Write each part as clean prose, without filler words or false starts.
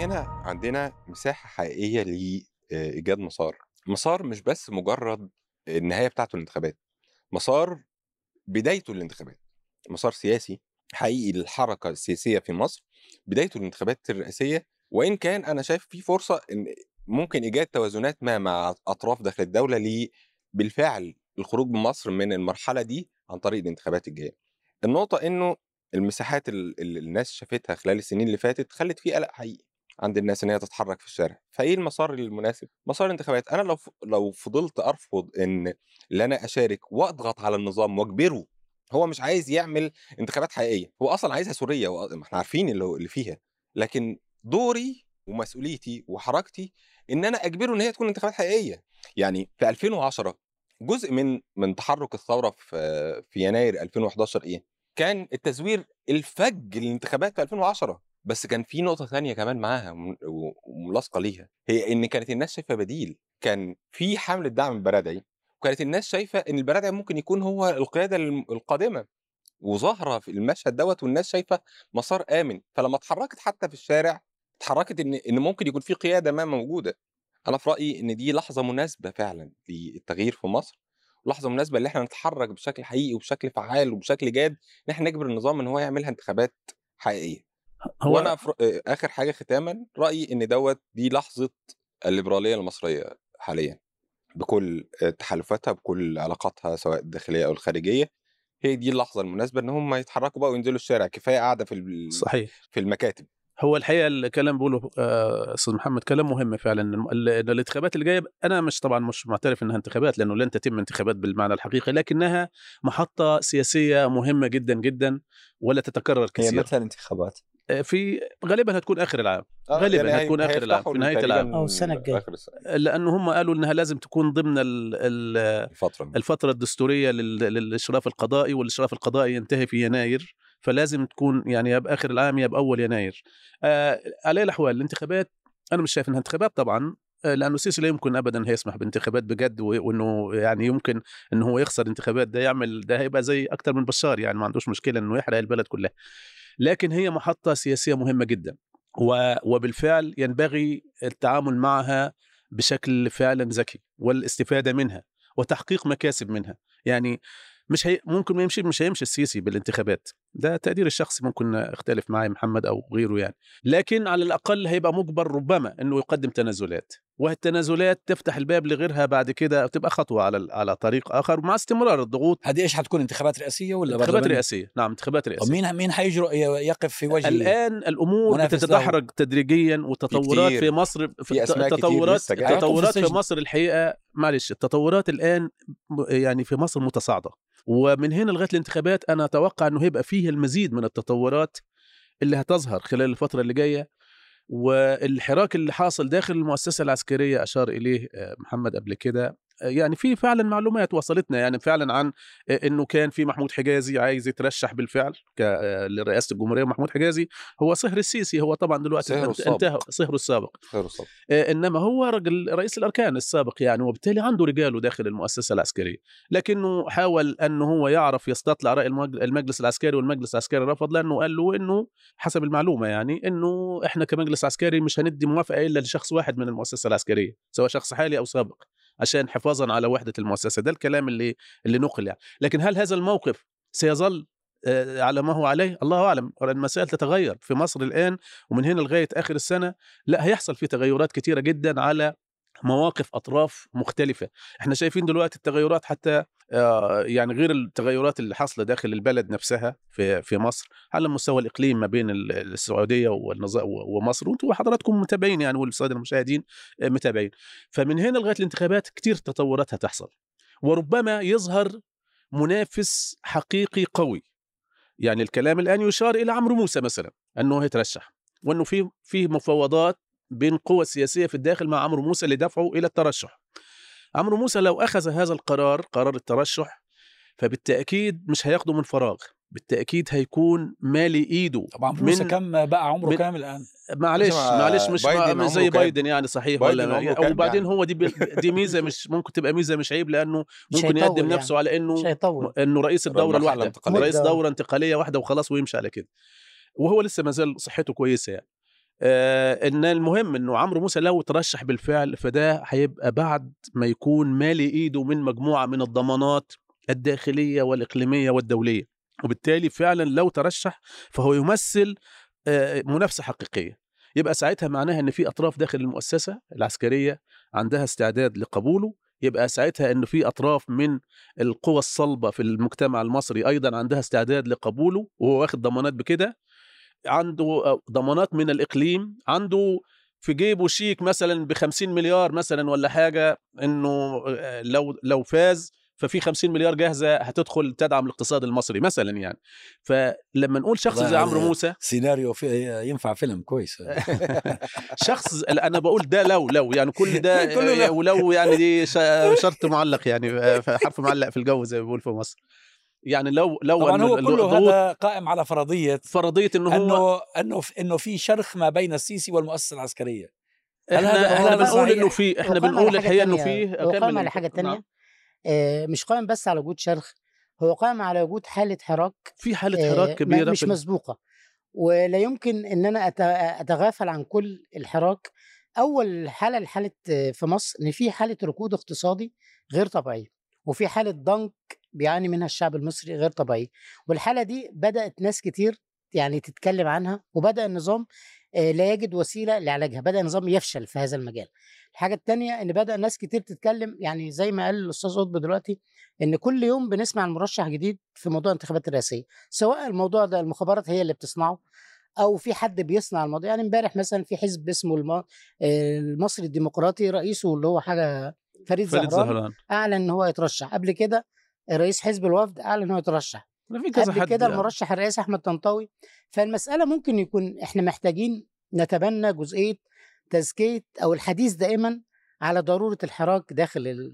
هنا عندنا مساحة حقيقية لإيجاد مسار مش بس مجرد النهاية بتاعته الانتخابات، مسار بدايته الانتخابات، مسار سياسي حقيقي للحركة السياسية في مصر، بدايته الانتخابات الرئاسية. وإن كان أنا شايف في فرصة إن ممكن إيجاد توازنات مع أطراف داخل الدولة بالفعل الخروج من مصر من المرحلة دي عن طريق الانتخابات الجاية. النقطة إنه المساحات اللي الناس شافتها خلال السنين اللي فاتت خلت فيه قلق حقيقي عند الناس ان هي تتحرك في الشارع. فايه المسار المناسب؟ مسار الانتخابات. انا لو فضلت ارفض ان انا اشارك واضغط على النظام واجبره، هو مش عايز يعمل انتخابات حقيقيه، هو اصلا عايزها سوريه، ما احنا عارفين اللي فيها. لكن دوري ومسؤوليتي وحركتي ان انا اجبره ان هي تكون انتخابات حقيقيه. يعني في 2010 جزء من تحرك الثوره في يناير 2011 ايه؟ كان التزوير الفج للانتخابات في 2010. بس كان في نقطة ثانية كمان معاها وملاصقة ليها، هي إن كانت الناس شايفة بديل. كان في حملة دعم البرادعي، وكانت الناس شايفة إن البرادعي ممكن يكون هو القيادة القادمة، وظاهرة في المشهد دوت، والناس شايفة مسار آمن. فلما اتحركت حتى في الشارع، اتحركت إن ممكن يكون في قيادة ما موجودة. أنا في رأيي إن دي لحظة مناسبة فعلا للتغيير في مصر، لحظة مناسبة اللي احنا نتحرك بشكل حقيقي وبشكل فعال وبشكل جاد، ان احنا نجبر النظام ان هو يعملها انتخابات حقيقية. هو وانا اخر حاجة ختاما، رأيي ان دي لحظة الليبرالية المصرية حاليا بكل تحالفاتها، بكل علاقاتها سواء الداخلية او الخارجية. هي دي اللحظة المناسبة ان هم يتحركوا بقى وينزلوا الشارع، كفاية قاعدة صحيح. في المكاتب. هو الحقيقة الكلام بيقوله أستاذ محمد كلام مهم فعلا. الانتخابات اللي جاية أنا مش معترف أنها انتخابات، لأنه لن تتم انتخابات بالمعنى الحقيقي، لكنها محطة سياسية مهمة جدا جدا ولا تتكرر هي كثيرا. متى الانتخابات؟ في غالبا هتكون آخر العام، غالبا يعني هتكون آخر العام، هيفتحوا في نهاية تقريبا العام أو السنة الجاية، اخر السنة، لأنه هم قالوا أنها لازم تكون ضمن الفترة دي. الفترة الدستورية للإشراف القضائي، والإشراف القضائي ينتهي في يناير، فلازم تكون يعني يا بآخر العام يا بأول يناير. على الأحوال الانتخابات أنا مش شايف إنها انتخابات طبعا، لأنه السيسي لا يمكن أبدا هيسمح بانتخابات بجد، وإنه يعني يمكن إنه هو يخسر انتخابات، ده هيبقى زي أكتر من بشار، يعني ما عندوش مشكلة إنه يحرق البلد كلها. لكن هي محطة سياسية مهمة جدا، وبالفعل ينبغي التعامل معها بشكل فعلا ذكي، والاستفادة منها وتحقيق مكاسب منها. يعني ممكن مش هيمشي السيسي بالانتخابات، ده تقدير الشخصي، ممكن اختلف معي محمد او غيره يعني، لكن على الاقل هيبقى مجبر ربما انه يقدم تنازلات، والتنازلات تفتح الباب لغيرها بعد كده، تبقى خطوة على طريق اخر مع استمرار الضغوط. هذه ايش حتكون انتخابات رئاسيه ولا انتخابات برلمانيه؟ رئاسية، نعم انتخابات طب رئاسية. مين حيجرؤ يقف في وجه الآن الأمور منافس له؟ بتتدحرج تدريجيا، والتطورات في مصر، في أسماء كتير لسه جاية. حيحطوا في التطورات في السجن. مصر الحقيقة، معلش، التطورات الآن يعني في مصر متصاعدة، ومن هنا لغاية الانتخابات أنا أتوقع أنه هيبقى فيه المزيد من التطورات اللي هتظهر خلال الفترة اللي جاية. والحراك اللي حاصل داخل المؤسسة العسكرية أشار إليه محمد قبل كده، يعني في فعلا معلومات وصلتنا يعني فعلا عن انه كان في محمود حجازي عايز يترشح بالفعل لرئاسة الجمهورية. محمود حجازي هو صهر السيسي، هو طبعا دلوقتي انتهى صهره السابق، انما هو رجل رئيس الاركان السابق يعني، وبالتالي عنده رجاله داخل المؤسسة العسكرية، لكنه حاول انه هو يعرف يستطلع رأي المجلس العسكري، والمجلس العسكري رفض، لانه قال له انه حسب المعلومة يعني انه احنا كمجلس عسكري مش هندي موافقة الا لشخص واحد من المؤسسة العسكرية، سواء شخص حالي او سابق، عشان حفاظا على وحدة المؤسسة. ده الكلام اللي نقل يعني. لكن هل هذا الموقف سيظل على ما هو عليه؟ الله أعلم. المسائل تتغير في مصر الآن، ومن هنا لغاية آخر السنة لا هيحصل في تغيرات كتيرة جدا على مواقف أطراف مختلفة. احنا شايفين دلوقتي التغيرات حتى يعني غير التغيرات اللي حصلت داخل البلد نفسها في مصر، على مستوى الإقليم ما بين السعودية ومصر، وانتم حضراتكم متابعين يعني، والسادة المشاهدين متابعين. فمن هنا لغاية الانتخابات كتير تطورات هتحصل، وربما يظهر منافس حقيقي قوي. يعني الكلام الآن يشار إلى عمرو موسى مثلا أنه يترشح، وأنه في مفاوضات بين قوى سياسية في الداخل مع عمرو موسى لدفعه إلى الترشح. عمرو موسى لو أخذ هذا قرار الترشح، فبالتأكيد مش هياخده من فراغ، بالتأكيد هيكون مالي إيده. طبعا موسى كم بقى عمره كام الآن؟ معلش مش زي بايدن يعني، صحيح ولا؟ وبعدين يعني. هو دي ميزة مش ممكن تبقى ميزة مش عيب، لأنه ممكن يقدم نفسه على إنه رئيس الدورة الواحدة، رئيس دورة انتقالية واحدة وخلاص، ويمشي على كده، وهو لسه ما زال صحته كويسة يعني. ان المهم انه عمرو موسى لو ترشح بالفعل فده هيبقى بعد ما يكون مالي ايده من مجموعه من الضمانات الداخليه والاقليميه والدوليه، وبالتالي فعلا لو ترشح فهو يمثل منافسه حقيقيه. يبقى ساعتها معناها ان في اطراف داخل المؤسسه العسكريه عندها استعداد لقبوله، يبقى ساعتها انه في اطراف من القوى الصلبه في المجتمع المصري ايضا عندها استعداد لقبوله، وهو واخد ضمانات بكده، عنده ضمانات من الإقليم، عنده في جيبه شيك مثلا ب50 مليار مثلا ولا حاجة، إنه لو فاز ففي 50 مليار جاهزة هتدخل تدعم الاقتصاد المصري مثلا يعني. فلما نقول شخص زي عمرو موسى سيناريو ينفع فيلم كويس. شخص أنا بقول ده لو يعني كل ده كله لو. ولو يعني دي شرط معلق يعني حرف معلق في الجو زي ما بيقول في مصر. يعني لو طبعا هو كله الضغوط هذا قائم على فرضية انه هو انه في شرخ ما بين السيسي والمؤسسة العسكرية. احنا بنقول انه في، احنا بنقول الحقيقه انه فيه هو قائم على حاجه تانية. نعم. مش قائم بس على وجود شرخ، هو قائم على وجود حاله حراك، في حاله حراك كبيره مش مسبوقه، ولا يمكن ان انا اتغافل عن كل الحراك. اول حاله في مصر ان في حاله ركود اقتصادي غير طبيعي، وفي حاله ضنك بيعاني منها الشعب المصري غير طبيعي، والحاله دي بدات ناس كتير يعني تتكلم عنها، وبدا النظام لا يجد وسيله لعلاجها، بدا النظام يفشل في هذا المجال. الحاجه الثانيه ان بدا ناس كتير تتكلم، يعني زي ما قال الاستاذ قطب دلوقتي، ان كل يوم بنسمع عن مرشح جديد في موضوع الانتخابات الرئاسيه، سواء الموضوع ده المخابرات هي اللي بتصنعه او في حد بيصنع الموضوع. يعني امبارح مثلا في حزب اسمه المصري الديمقراطي، رئيسه اللي هو حاجه فريد زهران اعلن ان هو يترشح. قبل كده رئيس حزب الوفد اعلن ان هو يترشح. قبل كده المرشح الرئاسي احمد طنطاوي. فالمساله ممكن يكون احنا محتاجين نتبنى جزئيه تزكيه او الحديث دائما على ضروره الحراك داخل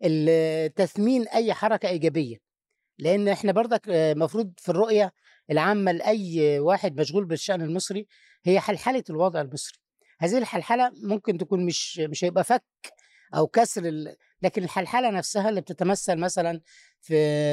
تثمين اي حركه ايجابيه، لان احنا برضك مفروض في الرؤيه العامه لاي واحد مشغول بالشان المصري هي حلحله الوضع المصري. هذه الحلحله ممكن تكون مش هيبقى فك او كسر لكن الحلحله نفسها اللي بتتمثل مثلا في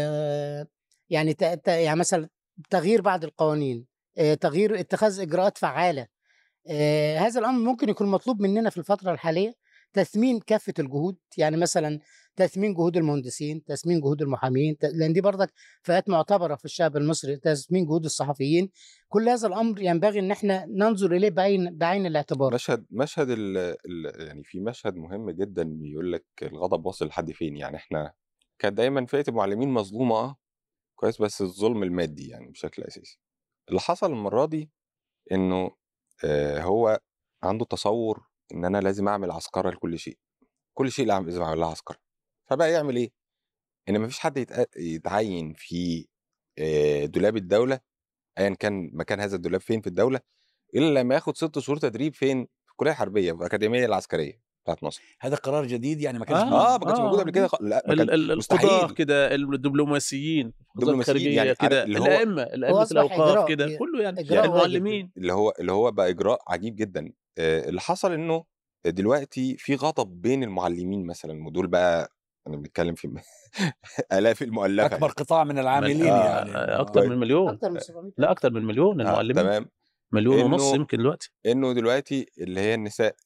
يعني يعني مثلا تغيير بعض القوانين، تغيير اتخاذ اجراءات فعاله. هذا الامر ممكن يكون مطلوب مننا في الفتره الحاليه، تثمين كافه الجهود، يعني مثلا تثمين جهود المهندسين، تثمين جهود المحامين، لان دي برضك فئات معتبره في الشعب المصري، تثمين جهود الصحفيين. كل هذا الامر ينبغي ان احنا ننظر اليه بعين الاعتبار. مشهد يعني في مشهد مهم جدا بيقول لك الغضب واصل لحد فين. يعني احنا كان دايما فئه المعلمين مظلومه كويس، بس الظلم المادي يعني بشكل اساسي. اللي حصل المره دي انه هو عنده تصور ان انا لازم اعمل عسكره لكل شيء، كل شيء لازم اعمل لها عسكره. فبقى يعمل ايه؟ ان مفيش حد يتعين في دولاب الدوله ايا كان مكان هذا الدولاب فين في الدوله، الا لما ياخد 6 شهور تدريب فين؟ في الكليه الحربيه في الاكاديميه العسكريه بتاعت مصر. هذا قرار جديد يعني ما كانش ما كانش موجود قبل كده. لا ما كان القضاة كده، الدبلوماسيين، يعني كده، الائمه الاوقاف كده كله يعني المعلمين، اللي هو بقى اجراء عجيب جدا. اللي حصل انه دلوقتي في غضب بين المعلمين مثلا، ودول بقى انا بنتكلم في الاف المؤلفه، اكبر قطاع من العاملين يعني اكتر من مليون، لا اكتر من مليون المعلمين. تمام، 1.5 مليون مثلا دلوقتي. انه دلوقتي اللي هي النساء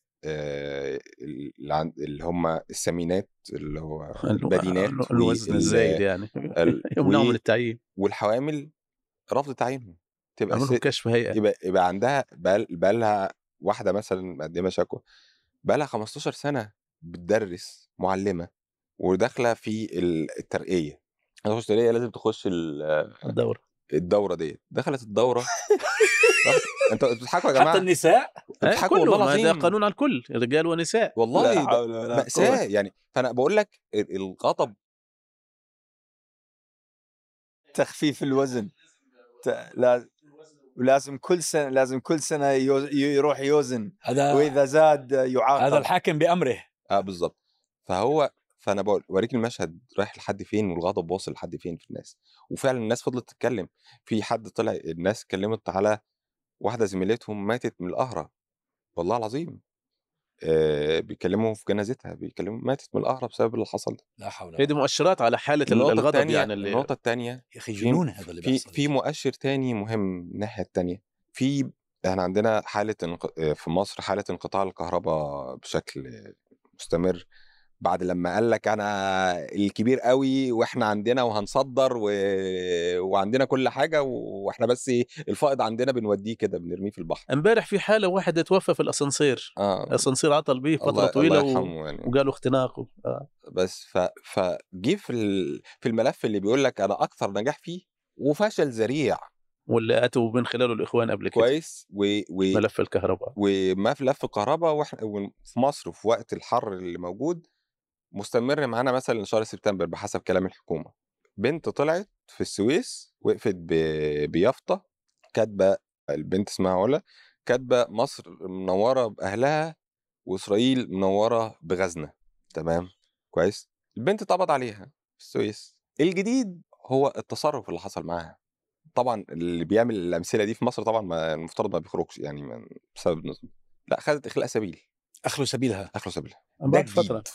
اللي هم السمينات، اللي هو البدينات، الوزن الزايد يعني يمنعوا من التعيين، والحوامل رفض تعيينهم. تبقى كشف هيئه، يبقى عندها بقى لها واحده مثلا مقدمه شكوى بقى لها 15 سنه بتدرس معلمه وداخله في الترقيه. هتخش ترقيه لازم تخش الدوره ديت. دخلت الدوره انتوا بتضحكوا يا جماعه؟ حتى النساء بتضحكوا والله العظيم. ده قانون على الكل، رجال ونساء والله مأساة يعني. فانا بقول لك الغضب، تخفيف الوزن لازم كل سنه يروح يوزن، واذا زاد يعاقب. هذا الحاكم بامره. بالظبط. فانا بقول وريك المشهد رايح لحد فين والغضب واصل لحد فين في الناس. وفعلا الناس فضلت تتكلم. في حد طلع، الناس اتكلمت على واحده زميلتهم ماتت من القهره، والله العظيم. بيكلموا في جنازتها، بيكلموا ماتت من القهره بسبب اللي حصل ده. لا حول ولا قوه. هي دي مؤشرات على حاله الغضب يعني. النقطه الثانيه يا اخي جنون هذا اللي بيحصل. في مؤشر تاني مهم من الناحيه الثانيه. في احنا عندنا في مصر حالة انقطاع الكهرباء بشكل مستمر، بعد لما قال لك انا الكبير قوي واحنا عندنا وهنصدر وعندنا كل حاجة، واحنا بس الفائض عندنا بنوديه كده بنرميه في البحر. امبارح في حالة واحد اتوفى في الاسانسير، الاسانسير عطل بيه فترة الله طويلة يرحمه يعني. وقالوا اختناق بس فجي في الملف اللي بيقول لك انا اكثر نجاح فيه وفشل ذريع، واللي اتوا من خلاله الاخوان قبل كده كويس ملف الكهرباء. وما في لف الكهرباء، واحنا في مصر في وقت الحر اللي موجود مستمر معانا مثلا شهر سبتمبر بحسب كلام الحكومة. بنت طلعت في السويس وقفت بيافطة كاتبة، البنت اسمها علا، كاتبة مصر منورة بأهلها وإسرائيل منورة بغزنا. تمام كويس. البنت اتقبض عليها في السويس. الجديد هو التصرف اللي حصل معاها. طبعا اللي بيعمل الأمثلة دي في مصر طبعا المفترض ما بيخرجش يعني بسبب نظام، لا خدت إخلاء سبيل، أخلوا سبيلها ده بعد جديد. فترة.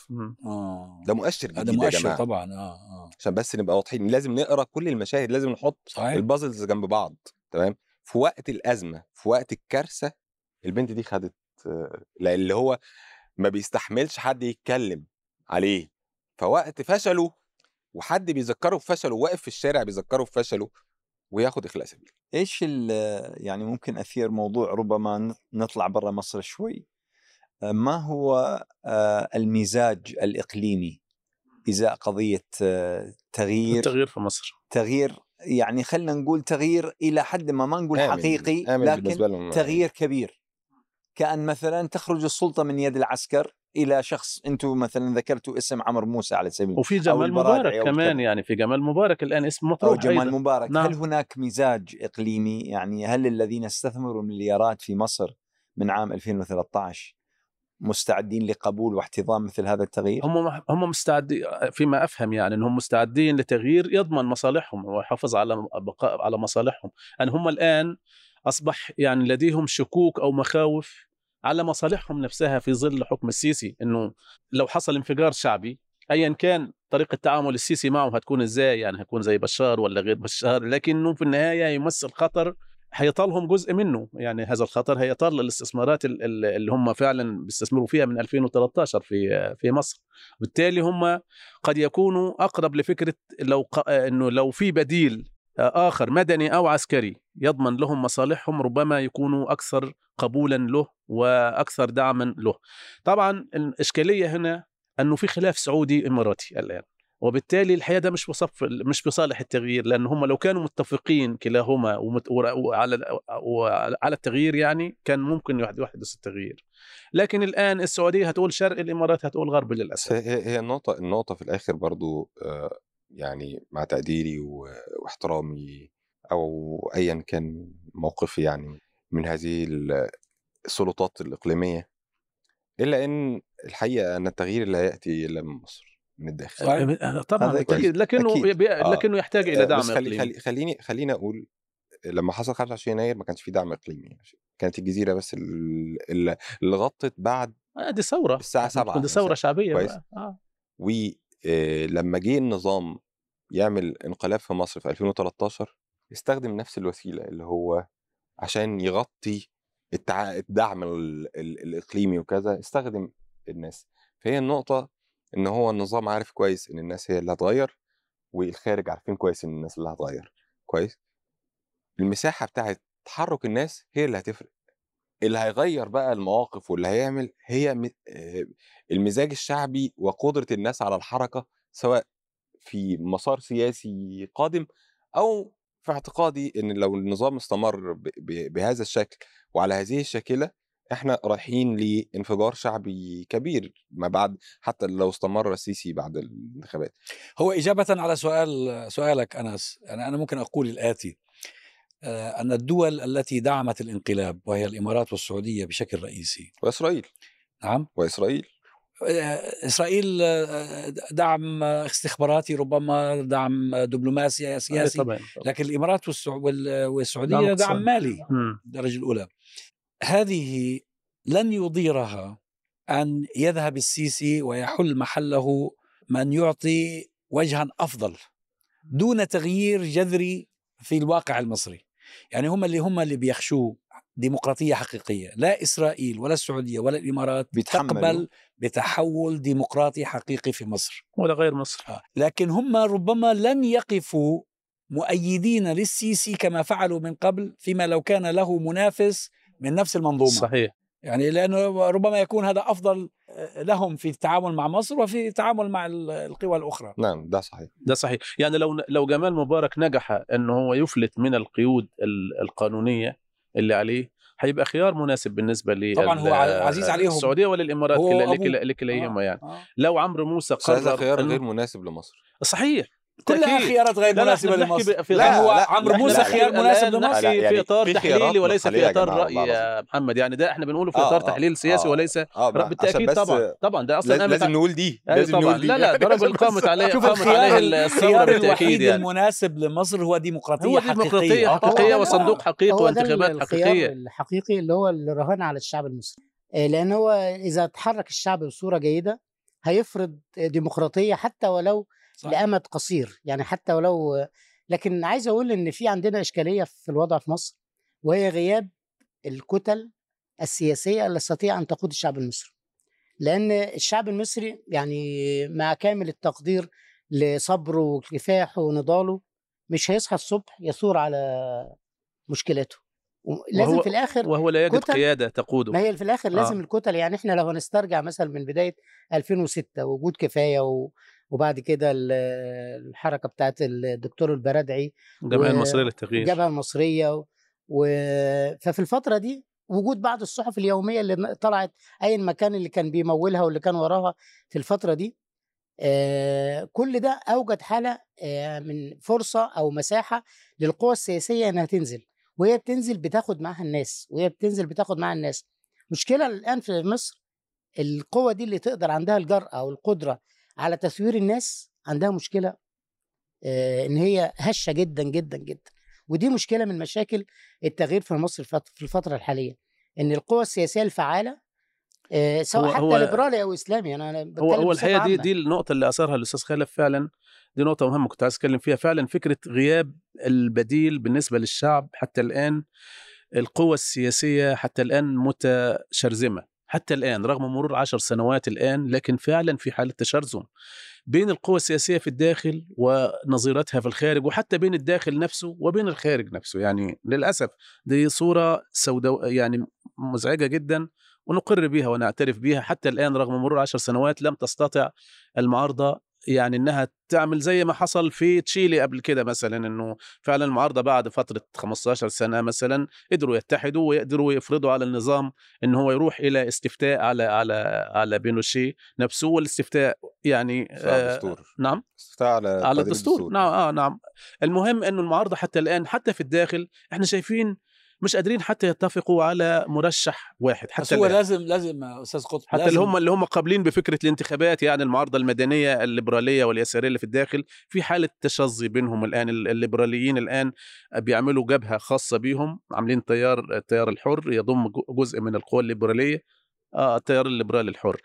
ده مؤشر هذا جديد يا مؤشر جماعة طبعا. عشان بس نبقى واضحين، لازم نقرا كل المشاهد، لازم نحط صحيح. البازلز جنب بعض. تمام. في وقت الأزمة في وقت الكارثة البنت دي خدت، لا اللي هو ما بيستحملش حد يتكلم عليه، فوقت فشله وحد بيذكره بفشله واقف في الشارع بيذكره بفشله وياخد إخلاء سبيل. ايش يعني ممكن اثير موضوع ربما نطلع برا مصر شوي، ما هو المزاج الإقليمي إزاء قضية التغيير في مصر؟ تغيير يعني خلينا نقول تغيير إلى حد ما نقول حقيقي، لكن تغيير كبير. كأن مثلا تخرج السلطة من يد العسكر إلى شخص، أنتم مثلا ذكرتوا اسم عمرو موسى على سبيل، وفي جمال مبارك كمان، يعني في جمال مبارك الآن اسم مطروح أو جمال أيضا. مبارك. نعم. هل هناك مزاج إقليمي؟ يعني هل الذين استثمروا مليارات في مصر من عام 2013 مستعدين لقبول واحتضان مثل هذا التغيير؟ هم مستعدين فيما أفهم، يعني أنهم مستعدين لتغيير يضمن مصالحهم ويحافظ على بقاء على مصالحهم. أن هم الآن أصبح يعني لديهم شكوك أو مخاوف على مصالحهم نفسها في ظل حكم السيسي، أنه لو حصل انفجار شعبي أيا كان طريقة تعامل السيسي معه هتكون إزاي، يعني هتكون زي بشار ولا غير بشار، لكنه في النهاية يمثل خطر هيطالهم جزء منه. يعني هذا الخطر هيطال للاستثمارات اللي هم فعلا بيستثمروا فيها من 2013 في مصر. بالتالي هم قد يكونوا أقرب لفكرة إنه لو في بديل آخر مدني أو عسكري يضمن لهم مصالحهم ربما يكونوا أكثر قبولا له وأكثر دعما له. طبعا الإشكالية هنا أنه في خلاف سعودي إماراتي الآن، وبالتالي الحقيقة ده مش بصالح التغيير، لأن هم لو كانوا متفقين كلاهما وعلى التغيير يعني كان ممكن يحدث التغيير. لكن الآن السعودية هتقول شرق، الإمارات هتقول غرب للأسف. هي النقطة في الآخر برضو يعني مع تقديري واحترامي أو أيا كان موقفي يعني من هذه السلطات الإقليمية، إلا أن الحقيقة أن التغيير لا يأتي إلا من مصر من الداخل. طبعا أكيد، لكنه يحتاج إلى دعم إقليمي. خليني أقول لما حصل 25 يناير ما كانش في دعم إقليمي، كانت الجزيرة بس اللي غطت بعد دي ثورة الساعة 7 دي ثورة شعبية كويس. ولما جه النظام يعمل انقلاب في مصر في 2013 استخدم نفس الوسيلة اللي هو عشان يغطي الدعم الإقليمي وكذا، استخدم الناس. فهي النقطة إن هو النظام عارف كويس إن الناس هي اللي هتغير، والخارج عارفين كويس إن الناس اللي هتغير كويس. المساحة بتاعت تحرك الناس هي اللي هتفرق، اللي هيغير بقى المواقف واللي هيعمل هي المزاج الشعبي وقدرة الناس على الحركة، سواء في مسار سياسي قادم أو في اعتقادي إن لو النظام استمر بهذا الشكل وعلى هذه الشكلة احنا رايحين لانفجار شعبي كبير ما بعد، حتى لو استمر السيسي بعد الانتخابات. هو إجابة على سؤالك أنس، أنا ممكن أقول الآتي: أن الدول التي دعمت الانقلاب وهي الإمارات والسعودية بشكل رئيسي وإسرائيل. نعم. وإسرائيل دعم استخباراتي، ربما دعم دبلوماسي سياسي طبعا. لكن الإمارات والسعودية دعم مالي الدرجة الأولى. هذه لن يضيرها أن يذهب السيسي ويحل محله من يعطي وجها أفضل دون تغيير جذري في الواقع المصري. يعني هم اللي بيخشوا ديمقراطية حقيقية. لا إسرائيل ولا السعودية ولا الإمارات تقبل بتحول ديمقراطي حقيقي في مصر ولا غير مصر. لكن هم ربما لن يقفوا مؤيدين للسيسي كما فعلوا من قبل، فيما لو كان له منافس من نفس المنظومة. صحيح. يعني لأنه ربما يكون هذا أفضل لهم في التعامل مع مصر وفي التعامل مع القوى الأخرى. نعم ده صحيح. ده صحيح. يعني لو جمال مبارك نجح أنه هو يفلت من القيود القانونية اللي عليه، هيبقى خيار مناسب بالنسبة لي. طبعا هو عزيز عليهم السعودية ولا الإمارات لكليهما يعني. لو عمرو موسى قرر هذا خيار غير مناسب لمصر. صحيح. كلها خيارات غير مناسبة لمصر. لا هو عمرو موسى خيار مناسب لمصر يعني في إطار تحليلي وليس في إطار رأي يا محمد. يعني ده احنا بنقوله في إطار تحليل سياسي وليس بالتأكيد. طبعا ده أصلا لازم نقول دي. لازم نقول دي. لا ده رجل قامت عليه الخيار الوحيد المناسب لمصر هو ديمقراطية حقيقية وصندوق حقيقي وانتخابات حقيقية. الحقيقي اللي هو اللي رهان على الشعب المصري، لأن هو إذا تحرك الشعب بصورة جيدة هيفرض ديمقراطية حتى ولو لأمد قصير، يعني حتى ولو. لكن عايز أقول إن في عندنا إشكالية في الوضع في مصر، وهي غياب الكتل السياسية اللي تستطيع أن تقود الشعب المصري. لأن الشعب المصري يعني مع كامل التقدير لصبره وكفاحه ونضاله مش هيصحى الصبح يثور على مشكلاته. لازم في الآخر وهو لا يجد قيادة تقوده. ما هي في الآخر لازم الكتل. يعني إحنا لو هنسترجع مثلا من بداية 2006 وجود كفاية وبعد كده الحركة بتاعت الدكتور البرادعي الجبهة المصرية للتغيير، الجبهة المصرية ففي الفترة دي وجود بعض الصحف اليومية اللي طلعت أي مكان اللي كان بيمولها واللي كان وراها في الفترة دي، كل ده أوجد حالة من فرصة أو مساحة للقوى السياسية أنها تنزل، وهي بتنزل بتاخد معها الناس، مشكلة الآن في مصر القوة دي اللي تقدر عندها الجرأة والقدرة على تثوير الناس عندها مشكلة إن هي هشة جدا جدا جدا. ودي مشكلة من مشاكل التغيير في مصر في الفترة الحالية، إن القوى السياسية الفعالة سواء حتى ليبرالي أو إسلامي. أنا بتكلم هو الحقيقة دي النقطة اللي أثرها الأستاذ خالد، فعلا دي نقطة مهمة كنت عايز أتكلم فيها. فعلا فكرة غياب البديل بالنسبة للشعب. حتى الآن القوى السياسية حتى الآن متشرذمة، حتى الآن رغم مرور 10 سنوات الآن، لكن فعلا في حالة تشرذم بين القوى السياسية في الداخل ونظيرتها في الخارج، وحتى بين الداخل نفسه وبين الخارج نفسه. يعني للأسف دي صورة سوداء يعني مزعجة جدا، ونقر بها ونعترف بها. حتى الآن رغم مرور 10 سنوات لم تستطع المعارضة يعني انها تعمل زي ما حصل في تشيلي قبل كده مثلا، انه فعلا المعارضه بعد فتره 15 سنه مثلا قدروا يتحدوا ويقدروا يفرضوا على النظام ان هو يروح الى استفتاء على بينوشي نفسه. والاستفتاء يعني نعم استفتاء على الدستور. نعم. المهم انه المعارضه حتى الان حتى في الداخل احنا شايفين مش قادرين حتى يتفقوا على مرشح واحد. حتى هو لازم استاذ قطب، حتى اللي هم قابلين بفكره الانتخابات، يعني المعارضه المدنيه الليبراليه واليساريه اللي في الداخل في حاله تشظي بينهم الان. الليبراليين الان بيعملوا جبهه خاصه بيهم، عاملين التيار الحر يضم جزء من القوى الليبراليه، التيار الليبرالي الحر،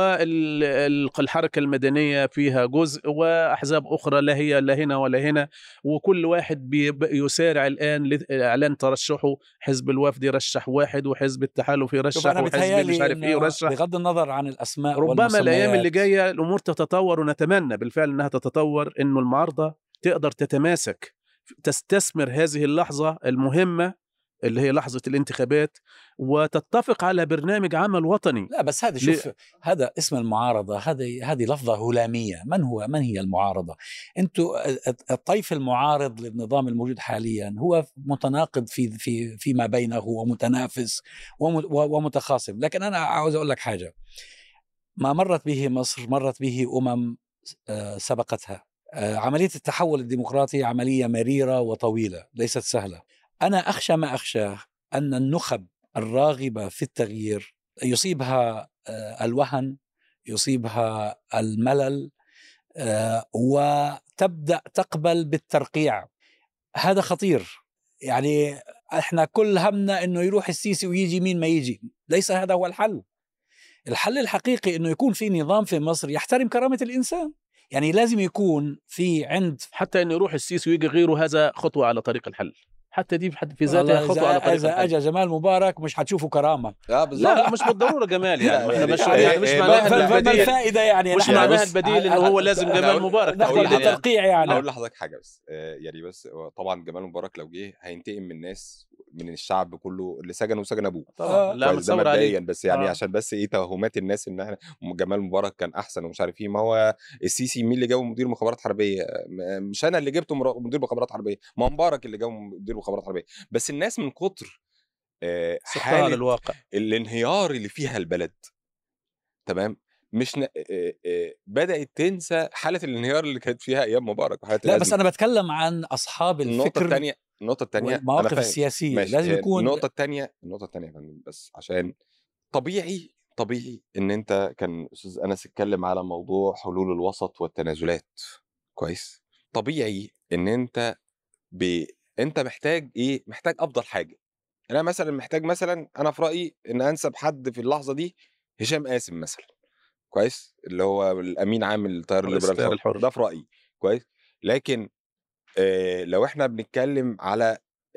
والحركة المدنية فيها جزء، وأحزاب أخرى لا هي لا هنا ولا هنا، وكل واحد يسارع الآن لإعلان ترشحه. حزب الوفد يرشح واحد، وحزب التحالف يرشح، وحزب مش عارف إيه يرشح. بغض النظر عن الأسماء ربما الأيام اللي جاية الأمور تتطور، ونتمنى بالفعل أنها تتطور، إنه المعارضة تقدر تتماسك، تستثمر هذه اللحظة المهمة اللي هي لحظة الانتخابات، وتتفق على برنامج عمل وطني. لا بس هذا شوف هذا اسم المعارضة، هذه لفظة هلامية. من هي المعارضة؟ انتوا الطيف المعارض للنظام الموجود حاليا هو متناقض فيما بينه، ومتنافس ومتخاصم. لكن أنا عاوز أقول لك حاجة، ما مرت به مصر مرت به سبقتها. عملية التحول الديمقراطي عملية مريرة وطويلة، ليست سهلة. أنا أخشى ما أخشاه أن النخب الراغبة في التغيير يصيبها الوهن، يصيبها الملل، وتبدأ تقبل بالترقيع. هذا خطير. يعني احنا كل همنا انه يروح السيسي ويجي مين ما يجي. ليس هذا هو الحل. الحل الحقيقي انه يكون في نظام في مصر يحترم كرامة الإنسان. يعني لازم يكون في عند حتى انه يروح السيسي ويجي غيره، هذا خطوة على طريق الحل. حتى دي في ذاتها خطوه على طريق اذا اجى جمال مبارك مش حتشوفوا كرامه. لا مش بالضروره جمال يعني احنا مش معناها الفائده يعني مش معناها البديل انه هو لازم جمال مبارك ناخذ بالترقيع يعني. اقول لحضرتك حاجه بس يعني بس طبعا جمال مبارك لو جه هينتقم من الناس من الشعب كله اللي سجنوا وسجن ابوه طبعا. لا متصور عليه بس يعني عشان بس ايه توهمات الناس ان احنا جمال مبارك كان احسن ومش عارف ايه. ما هو السيسي مين اللي جابه مدير مخابرات حربيه؟ مش انا اللي جبته مدير مخابرات حربيه، ما مبارك اللي جابه مدير مخابرات حربيه. بس الناس من كتر حاله الواقع الانهيار اللي فيها البلد تمام مش بدأت تنسى حالة الانهيار اللي كانت فيها أيام مبارك. لا بس أنا بتكلم عن أصحاب الفكر. النقطة الثانية المواقف السياسية لازم يكون. النقطة الثانية يا فندم بس عشان طبيعي إن أنت كان أستاذ أنس اتكلم على موضوع حلول الوسط والتنازلات كويس. طبيعي إن أنت أنت محتاج إيه؟ محتاج أفضل حاجة. أنا مثلا محتاج أنا في رأيي إن أنسب حد في اللحظة دي هشام قاسم مثلا كويس اللي هو الامين عام التيار الليبرالي الحر ده في رايي كويس. لكن لو احنا بنتكلم على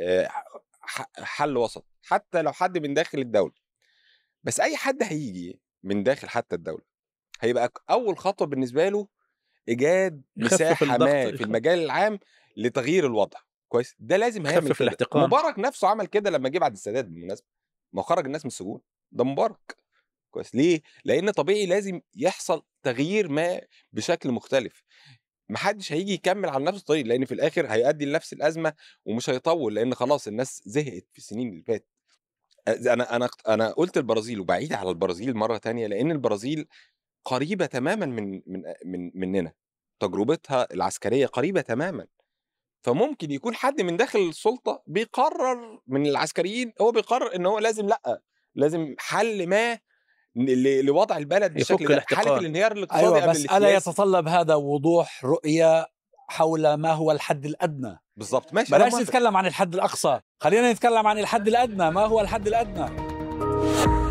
حل وسط حتى لو حد من داخل الدوله، بس اي حد هيجي من داخل حتى الدوله هيبقى اول خطوه بالنسبه له ايجاد مساحه ما في المجال العام لتغيير الوضع كويس. ده لازم هيعمل كده. مبارك نفسه عمل كده لما جه بعد السادات بالمناسبه، ما خرج الناس من السجون ده مبارك كويس. ليه؟ لأن طبيعي لازم يحصل تغيير ما بشكل مختلف. محدش هيجي يكمل على نفس الطريق لأن في الآخر هيؤدي لنفس الأزمة ومش هيطول لأن خلاص الناس زهقت في السنين اللي فاتت. أنا قلت البرازيل وبعيد على البرازيل مرة تانية لأن البرازيل قريبة تماما مننا، تجربتها العسكرية قريبة تماما. فممكن يكون حد من داخل السلطة بيقرر من العسكريين هو بيقرر إن هو لازم حل ما لوضع البلد بشكل ده. حاله الانهيار الاقتصادي أيوة بس ألا يتطلب هذا وضوح رؤية حول ما هو الحد الأدنى بالضبط. ماشي بلاش نتكلم عن الحد الأقصى، خلينا نتكلم عن الحد الأدنى. ما هو الحد الأدنى؟